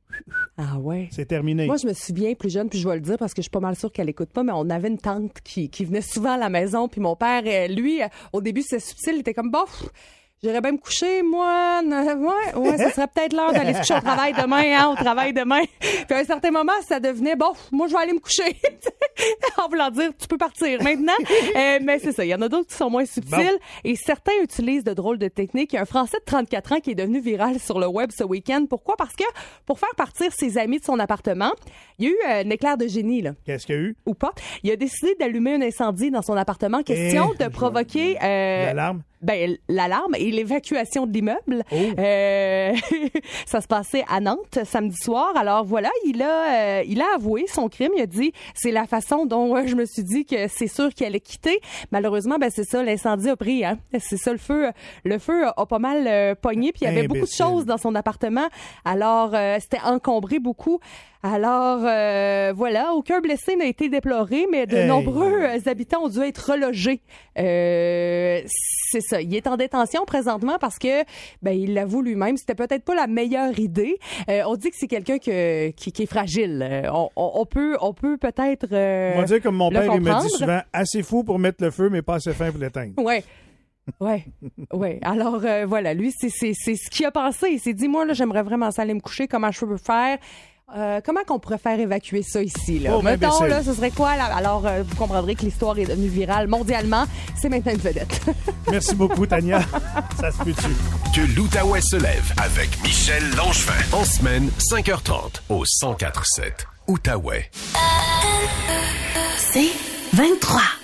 Speaker 11: Ah ouais.
Speaker 4: c'est terminé. »
Speaker 11: Moi, je me souviens plus jeune, puis je vais le dire parce que je suis pas mal sûre qu'elle écoute pas, mais on avait une tante qui, qui venait souvent à la maison, puis mon père, euh, lui, euh, au début, c'est subtil, il était comme, bof, j'irais bien me coucher, moi. Euh, ouais, ouais, ça serait peut-être l'heure d'aller se coucher au travail demain, hein, au travail demain. Puis à un certain moment, ça devenait, bon, moi, je vais aller me coucher. En voulant dire, tu peux partir maintenant. Euh, mais c'est ça, il y en a d'autres qui sont moins subtils. Bon. Et certains utilisent de drôles de techniques. Il y a un Français de trente-quatre ans qui est devenu viral sur le web ce week-end. Pourquoi? Parce que pour faire partir ses amis de son appartement, il y a eu euh, un éclair de génie, là.
Speaker 4: Qu'est-ce qu'il y a eu?
Speaker 11: Ou pas. Il a décidé d'allumer un incendie dans son appartement. Question
Speaker 4: Eh,
Speaker 11: de provoquer... Euh,
Speaker 4: l'alarme?
Speaker 11: Ben, l'alarme et l'évacuation de l'immeuble.
Speaker 4: Oh.
Speaker 11: Euh, ça se passait à Nantes samedi soir. Alors voilà, il a, euh, il a avoué son crime. Il a dit, c'est la façon dont euh, je me suis dit que c'est sûr qu'il allait quitter. Malheureusement, ben c'est ça, l'incendie a pris. Hein. C'est ça, le feu, le feu a pas mal euh, pogné. Puis il y avait
Speaker 4: Imbécile.
Speaker 11: beaucoup de choses dans son appartement. Alors euh, c'était encombré beaucoup. Alors, euh, voilà, aucun blessé n'a été déploré, mais de
Speaker 4: hey.
Speaker 11: nombreux euh, habitants ont dû être relogés. Euh, c'est ça. Il est en détention présentement parce que, ben, il l'avoue lui-même, c'était peut-être pas la meilleure idée. Euh, on dit que c'est quelqu'un que, qui, qui est fragile. Euh, on, on, on peut, on peut peut-être. Euh,
Speaker 4: on va dire comme mon
Speaker 11: le
Speaker 4: père, il me
Speaker 11: comprendre.
Speaker 4: dit souvent, assez fou pour mettre le feu, mais pas assez fin pour l'éteindre.
Speaker 11: Ouais. Ouais, ouais. Alors euh, voilà, lui, c'est, c'est, c'est ce qu'il a pensé. Il s'est dit, moi, là, j'aimerais vraiment ça aller me coucher. Comment je peux faire? Euh, comment qu'on pourrait faire évacuer ça ici, là?
Speaker 4: Oh,
Speaker 11: Mettons,
Speaker 4: imbécile.
Speaker 11: là, ce serait quoi? Là? Alors, euh, vous comprendrez que l'histoire est devenue virale mondialement. C'est maintenant une vedette.
Speaker 4: Merci beaucoup, Tania. Ça se peut-tu?
Speaker 2: Que l'Outaouais se lève avec Michel Langevin. En semaine, cinq heures trente au cent quatre sept. Outaouais.
Speaker 3: C'est vingt-trois.